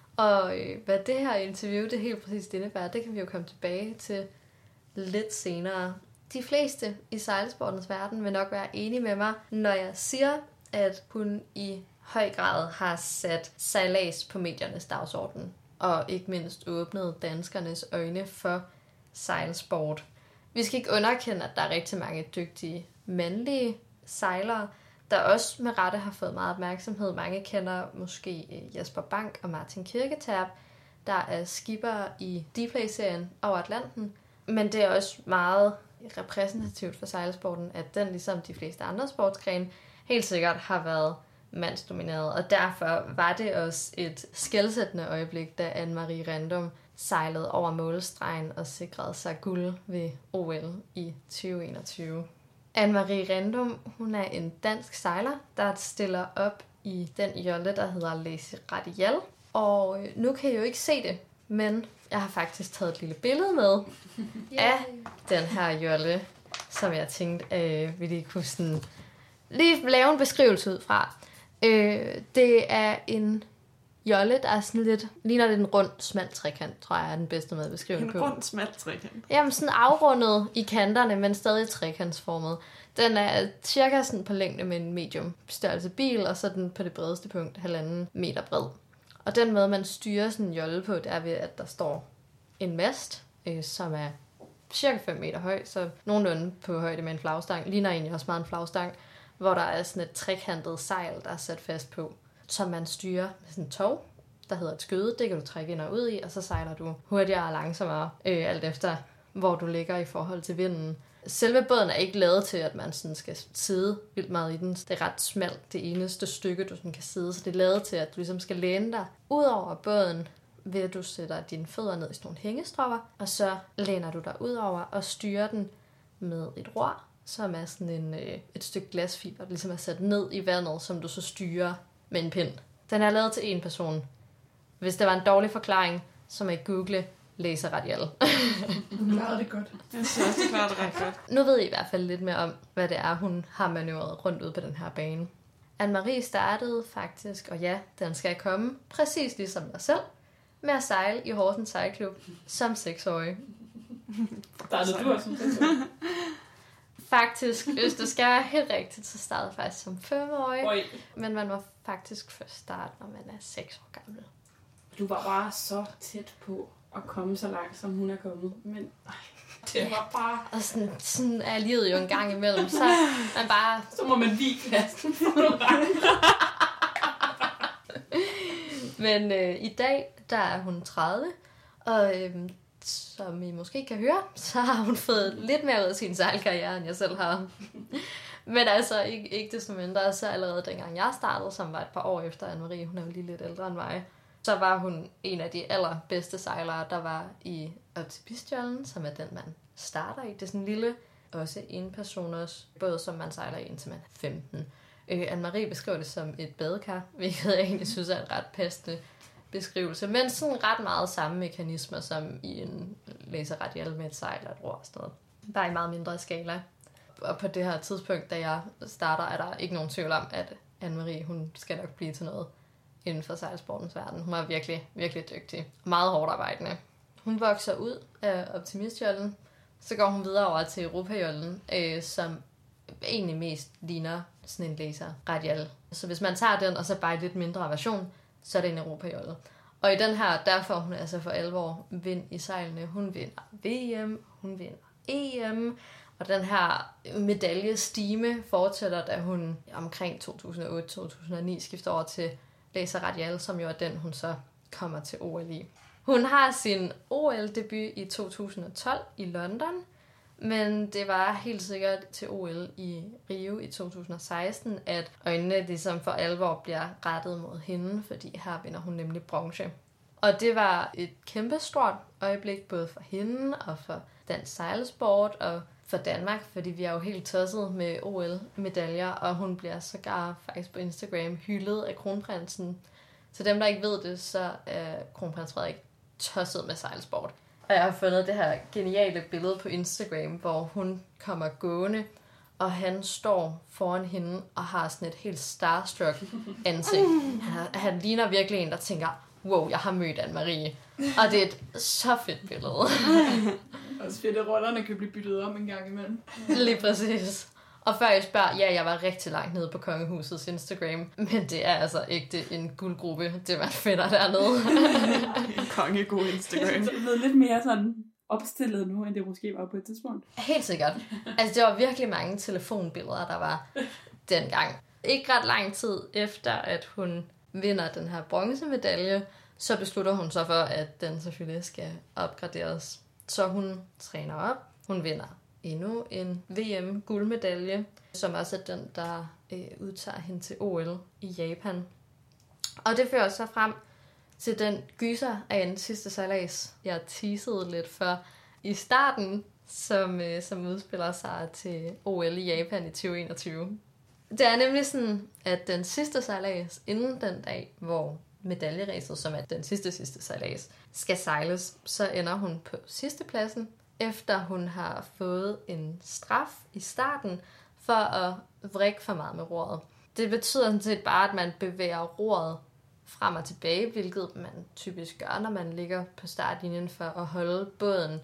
og øh, hvad det her interview, det helt præcis indebærer, det kan vi jo komme tilbage til lidt senere. De fleste i sejlsportens verden vil nok være enige med mig, når jeg siger, at hun i høj grad har sat sejlads på mediernes dagsorden, og ikke mindst åbnet danskernes øjne for sejlsport. Vi skal ikke underkende, at der er rigtig mange dygtige mandlige sejlere, der også med rette har fået meget opmærksomhed. Mange kender måske Jesper Bank og Martin Kirketerp, der er skipper i D-Play-serien over Atlanten. Men det er også meget repræsentativt for sejlsporten, at den, ligesom de fleste andre sportsgrene, helt sikkert har været mandsdomineret. Og derfor var det også et skelsættende øjeblik, da Anne-Marie Randum sejlede over målstregen og sikrede sig guld ved O L i tyve enogtyve. Anne-Marie Randum, hun er en dansk sejler, der stiller op i den jolle, der hedder Lazy Radial. Og nu kan I jo ikke se det, men jeg har faktisk taget et lille billede med af den her jolle, som jeg tænkte, øh, vi lige kunne sådan lige lave en beskrivelse ud fra. Øh, det er en jolle, der er sådan lidt, ligner lidt en rund, smal trekant, tror jeg er den bedste måde at beskrive den på. En rund, smal trekant? Jamen sådan afrundet i kanterne, men stadig trekantsformet. Den er cirka sådan på længde med en medium størrelse bil, og så den på det bredeste punkt halvanden meter bred. Og den måde, man styrer sådan en jolle på, det er ved, at der står en mast, øh, som er cirka fem meter høj, så nogenlunde på højde med en flagstang. Ligner egentlig også meget en flagstang, hvor der er sådan et trekantet sejl, der er sat fast på, som man styrer med sådan en tov, der hedder et skøde. Det kan du trække ind og ud i, og så sejler du hurtigere og langsommere, øh, alt efter hvor du ligger i forhold til vinden. Selve båden er ikke lavet til, at man sådan skal sidde vildt meget i den. Det er ret smalt, det eneste stykke, du sådan kan sidde. Så det er lavet til, at du ligesom skal læne dig ud over båden, ved at du sætter dine fødder ned i sådan nogle hængestropper, og så læner du dig ud over og styrer den med et ror, som er sådan en, øh, et stykke glasfiber, der ligesom er sat ned i vandet, som du så styrer med en pind. Den er lavet til en person. Hvis det var en dårlig forklaring, så må I google Lazy Radial. Du klarede det godt. Jeg synes også, det klarede det ret godt. Nu ved I i hvert fald lidt mere om, hvad det er, hun har manøvreret rundt ud på den her bane. Anne-Marie startede faktisk, og ja, den skal komme, præcis ligesom jeg selv, med at sejle i Horsens Sejlklub som seksårig. Startede du også som seksårig? Faktisk, hvis det skal være helt rigtigt, så startede jeg faktisk som femårig. Oj. Men man må faktisk først starte, når man er seks år gammel. Du var bare så tæt på at komme så langt, som hun er kommet. Men ej, det var bare... Og sådan, sådan er livet jo en gang imellem, så man bare... Så må man lige klassen. Men øh, i dag, der er hun tredive, og øh, som I måske kan høre, så har hun fået lidt mere ud af sin sejlkarriere, end jeg selv har. Men altså, ikke, ikke desto mindre, så allerede dengang jeg startede, som var et par år efter Anne-Marie, hun er jo lige lidt ældre end mig, så var hun en af de allerbedste sejlere, der var i Optimistjollen, som er den, man starter i. Det er sådan en lille, også enpersoners båd, som man sejler i, indtil man er femten. Øh, Anne-Marie beskriver det som et badekar, hvilket jeg egentlig synes er en ret passende beskrivelse. Men sådan ret meget samme mekanismer som i en Lazy Radial med et sejl og et ror og sådan noget. Bare i meget mindre skala. Og på det her tidspunkt, da jeg starter, er der ikke nogen tvivl om, at Anne-Marie, hun skal nok blive til noget inden for sejlsportens verden. Hun er virkelig, virkelig dygtig. Meget hårdt arbejdende. Hun vokser ud af Optimistjollen, så går hun videre over til Europajollen, øh, som egentlig mest ligner sådan en Lazy Radial. Så hvis man tager den, og så bare en lidt mindre version, så er det en Europajolle. Og i den her, der får hun altså for alvor vind i sejlene. Hun vinder V M, hun vinder E M, og den her medaljestime fortsætter, da hun omkring to tusind og otte til to tusind og ni skifter over til Lazy Radial, som jo er den, hun så kommer til O L i. Hun har sin O L-debut i to tusind og tolv i London, Men det var helt sikkert til O L i Rio i to tusind og seksten, at øjnene ligesom for alvor bliver rettet mod hende, fordi her vinder hun nemlig bronze. Og det var et kæmpestort øjeblik, både for hende og for dansk sejlsport og for Danmark, fordi vi er jo helt tosset med O L-medaljer, og hun bliver sågar faktisk på Instagram hyldet af kronprinsen. Så dem, der ikke ved det, så er kronprins Frederik tosset med sejlsport. Og jeg har fundet det her geniale billede på Instagram, hvor hun kommer gående, og han står foran hende og har sådan et helt starstruck ansigt. Han, han ligner virkelig en, der tænker, wow, jeg har mødt Anne-Marie. Og det er et så fedt billede. Også fedt, at rollerne kan blive byttet om en gang imellem. Lige præcis. Og før jeg spørger, ja, jeg var rigtig langt nede på Kongehusets Instagram, men det er altså ikke en guldgruppe, det man finder dernede. Kongegod Instagram. Det er blevet lidt mere sådan opstillet nu, end det måske var på et tidspunkt. Helt sikkert. Altså, det var virkelig mange telefonbilleder, der var dengang. Ikke ret lang tid efter, at hun vinder den her bronzemedalje, så beslutter hun så for, at den selvfølgelig skal opgraderes. Så hun træner op, hun vinder endnu en V M-guldmedalje, som også er den, der øh, udtager hende til O L i Japan. Og det fører så frem til den gyser af en sidste sejlads, jeg teasede lidt for i starten, som, øh, som udspiller sig til O L i Japan i tyve enogtyve. Det er nemlig sådan, at den sidste sejlads, inden den dag, hvor medaljeræset, som er den sidste sidste sejlads, skal sejles, så ender hun på sidste pladsen, efter hun har fået en straf i starten for at vrikke for meget med roret. Det betyder sådan set bare, at man bevæger roret frem og tilbage, hvilket man typisk gør, når man ligger på startlinjen for at holde båden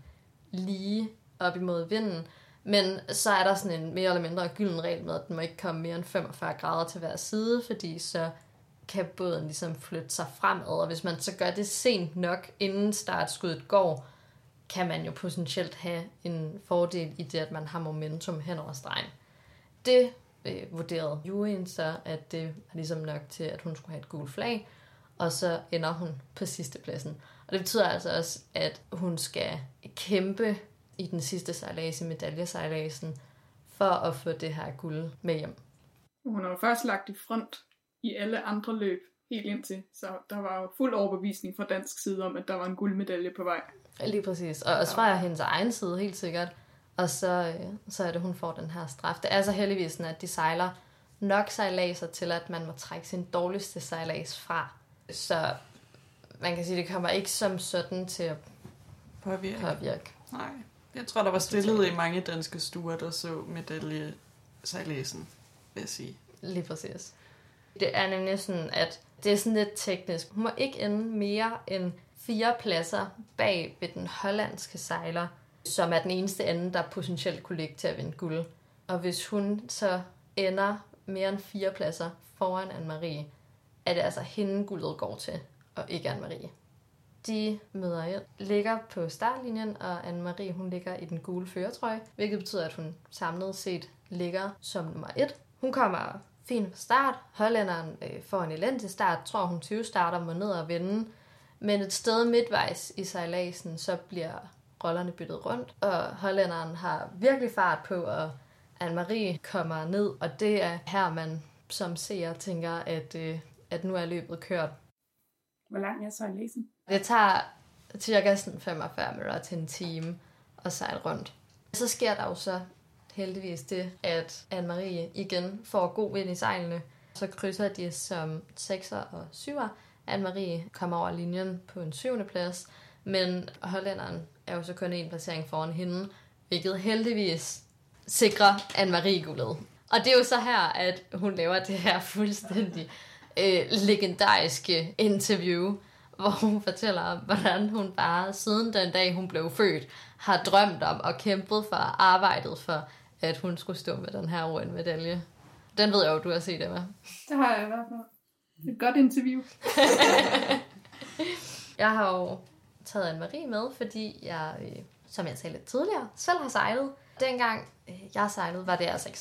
lige op imod vinden. Men så er der sådan en mere eller mindre gylden regel med, at den må ikke komme mere end femogfyrre grader til hver side, fordi så kan båden ligesom flytte sig fremad, og hvis man så gør det sent nok, inden startskuddet går, kan man jo potentielt have en fordel i det, at man har momentum hen over stregen. Det øh, vurderede juryen så, at det var ligesom nok til, at hun skulle have et gult flag, og så ender hun på sidste pladsen. Og det betyder altså også, at hun skal kæmpe i den sidste sejlads i medaljesejladsen, for at få det her guld med hjem. Hun har jo først lagt i front i alle andre løb helt indtil, så der var jo fuld overbevisning fra dansk side om, at der var en guldmedalje på vej. Lige præcis, og også fra hendes egen side helt sikkert. Og så, så er det, hun får den her straf. Det er så heldigvis sådan, at de sejler nok sejladser til, at man må trække sin dårligste sejlads fra. Så man kan sige, at det kommer ikke som sådan til at påvirke. påvirke. Nej, jeg tror, der var stillet i mange danske stuer, der så medaljesejladsen, vil jeg sige. Lige præcis. Det er nemlig sådan, at det er sådan lidt teknisk. Hun må ikke ende mere end fire pladser bag ved den hollandske sejler, som er den eneste anden, der potentielt kunne ligge til at vinde guld. Og hvis hun så ender mere end fire pladser foran Anne-Marie, er det altså hende guldet går til, og ikke Anne-Marie. De møder ind, ligger på startlinjen, og Anne-Marie hun ligger i den gule førertrøje, hvilket betyder, at hun samlet set ligger som nummer et. Hun kommer fint fra start. Hollænderen øh, får en elendig start, tror hun tyve starter må ned og vinde. Men et sted midtvejs i sejladsen, så bliver rollerne byttet rundt, og hollænderen har virkelig fart på, og Anne-Marie kommer ned, og det er her, man som seer tænker, at, øh, at nu er løbet kørt. Hvor lang er sejladsen? Det tager cirka femogfyrre minutter til en time at sejle rundt. Så sker der jo så heldigvis det, at Anne-Marie igen får god vind i sejlene. Så krydser de som sekser og syver. Anne-Marie kommer over linjen på en syvende plads, men hollænderen er jo så kun en placering foran hende, hvilket heldigvis sikrer Anne-Marie guldet. Og det er jo så her, at hun laver det her fuldstændig øh, legendariske interview, hvor hun fortæller om, hvordan hun bare siden den dag, hun blev født, har drømt om og kæmpet for arbejdet for, at hun skulle stå med den her O L-medalje. Den ved jeg jo, du har set, Emma. Det har jeg i hvert fald. Et godt interview. Jeg har jo taget Anne-Marie med, fordi jeg, som jeg sagde lidt tidligere, selv har sejlet. Dengang jeg sejlede, var det altså ikke sejt.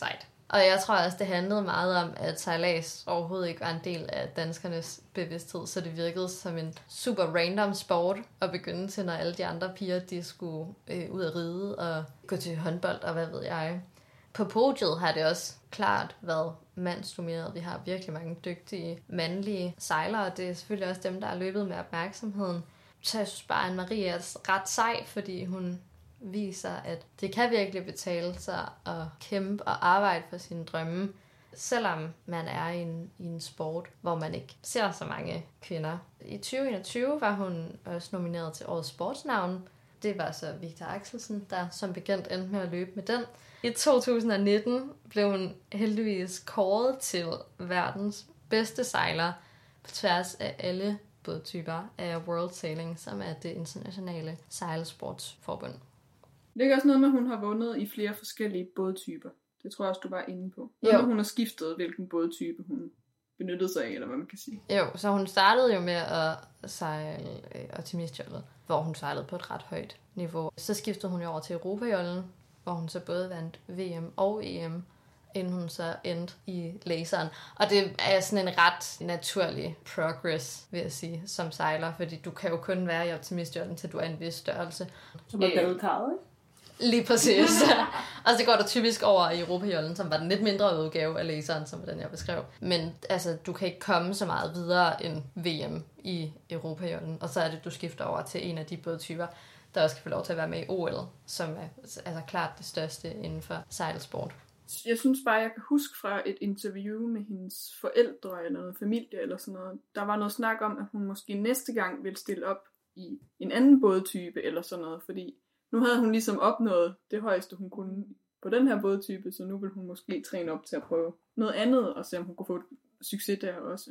Og jeg tror også, det handlede meget om, at sejlads overhovedet ikke var en del af danskernes bevidsthed, så det virkede som en super random sport at begynde til, når alle de andre piger, de skulle øh, ud at ride og gå til håndbold og hvad ved jeg. På podiet har det også klart været mandsdomineret. Vi har virkelig mange dygtige mandlige sejlere, og det er selvfølgelig også dem, der har løbet med opmærksomheden. Så jeg synes bare, at Marie er ret sej, fordi hun viser, at det kan virkelig betale sig at kæmpe og arbejde for sine drømme, selvom man er i en, i en sport, hvor man ikke ser så mange kvinder. I tyve enogtyve var hun også nomineret til Årets Sportsnavn. Det var så Victor Axelsen, der som bekendt endte med at løbe med den. I to tusind nitten blev hun heldigvis kåret til verdens bedste sejler på tværs af alle bådtyper af World Sailing, som er det internationale sejlsportsforbund. Det er også noget med, at hun har vundet i flere forskellige bådtyper. Det tror jeg også, du var inde på. Noget med, hun har skiftet, hvilken bådtype hun benyttede sig af, eller hvad man kan sige. Jo, så hun startede jo med at sejle øh, optimistjollet, hvor hun sejlede på et ret højt niveau. Så skiftede hun jo over til Europajollen, hvor hun så både vandt V M og E M, inden hun så endte i laseren. Og det er sådan en ret naturlig progress, vil jeg sige, som sejler, fordi du kan jo kun være i optimistjollen, til du er en vis størrelse. Som er badekarret, ikke? Lige præcis. Og så går der typisk over i Europajollen, som var den lidt mindre udgave af laseren, som var den, jeg beskrev. Men altså, du kan ikke komme så meget videre end V M i Europajollen. Og så er det, du skifter over til en af de bådtyper, der også kan få lov til at være med i O L, som er altså klart det største inden for sejlsport. Jeg synes bare, jeg kan huske fra et interview med hendes forældre eller noget familie eller sådan noget. Der var noget snak om, at hun måske næste gang ville stille op i en anden bådtype eller sådan noget, fordi nu havde hun ligesom opnået det højeste, hun kunne på den her bådtype, så nu vil hun måske træne op til at prøve noget andet, og se om hun kunne få succes der også.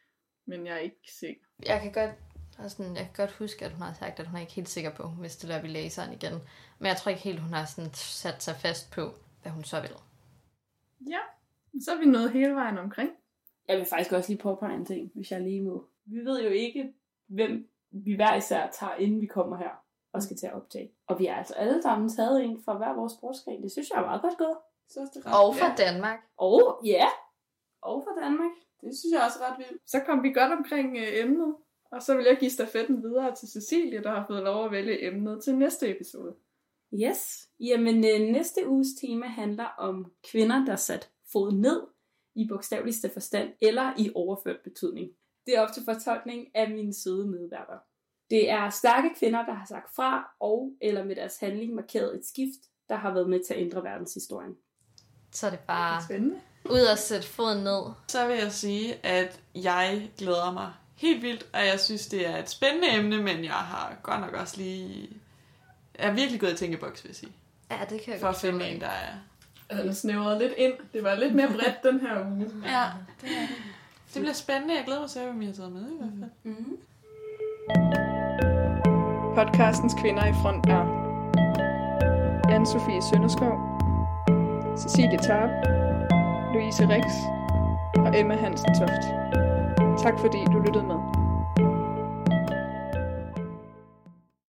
Men jeg er ikke sikker. Jeg kan godt, altså, jeg kan godt huske, at hun har sagt, at hun er ikke helt sikker på, hvis det løber i laseren igen. Men jeg tror ikke helt, hun har sådan sat sig fast på, hvad hun så vil. Ja, så er vi nået hele vejen omkring. Jeg vil faktisk også lige påpege en ting, hvis jeg lige må. Vi ved jo ikke, hvem vi hver især tager, inden vi kommer her og skal til at optage. Og vi har altså alle sammen taget en fra hver vores sportsgren. Det synes jeg er meget godt gået. Så det ret. Og fra Danmark. Og ja, og fra Danmark. Det synes jeg også er ret vildt. Så kom vi godt omkring øh, emnet. Og så vil jeg give stafetten videre til Cecilie, der har fået lov at vælge emnet til næste episode. Yes. Jamen øh, næste uges tema handler om kvinder, der sat fod ned i bogstaveligste forstand eller i overført betydning. Det er op til fortolkning af mine søde medværter. Det er stærke kvinder, der har sagt fra og eller med deres handling markeret et skift, der har været med til at ændre verdenshistorien. Så er det bare Spændende. ud at sætte foden ned. Så vil jeg sige, at jeg glæder mig helt vildt, og jeg synes, det er et spændende emne, men jeg har godt nok også lige... Jeg er virkelig gået i tænkeboks, vil jeg sige. Ja, det kan jeg For at godt finde følge. en, der er... Altså, den snævrede lidt ind. Det var lidt mere bredt den her uge. Ja, det er det. Det bliver spændende. Jeg glæder mig til, hvad I har taget med i hvert fald. Mm-hmm. Podcastens kvinder i front er Anne-Sophie Sønderskov, Cecilie Tarp, Louise Rix og Emma Hansen Toft. Tak fordi du lyttede med.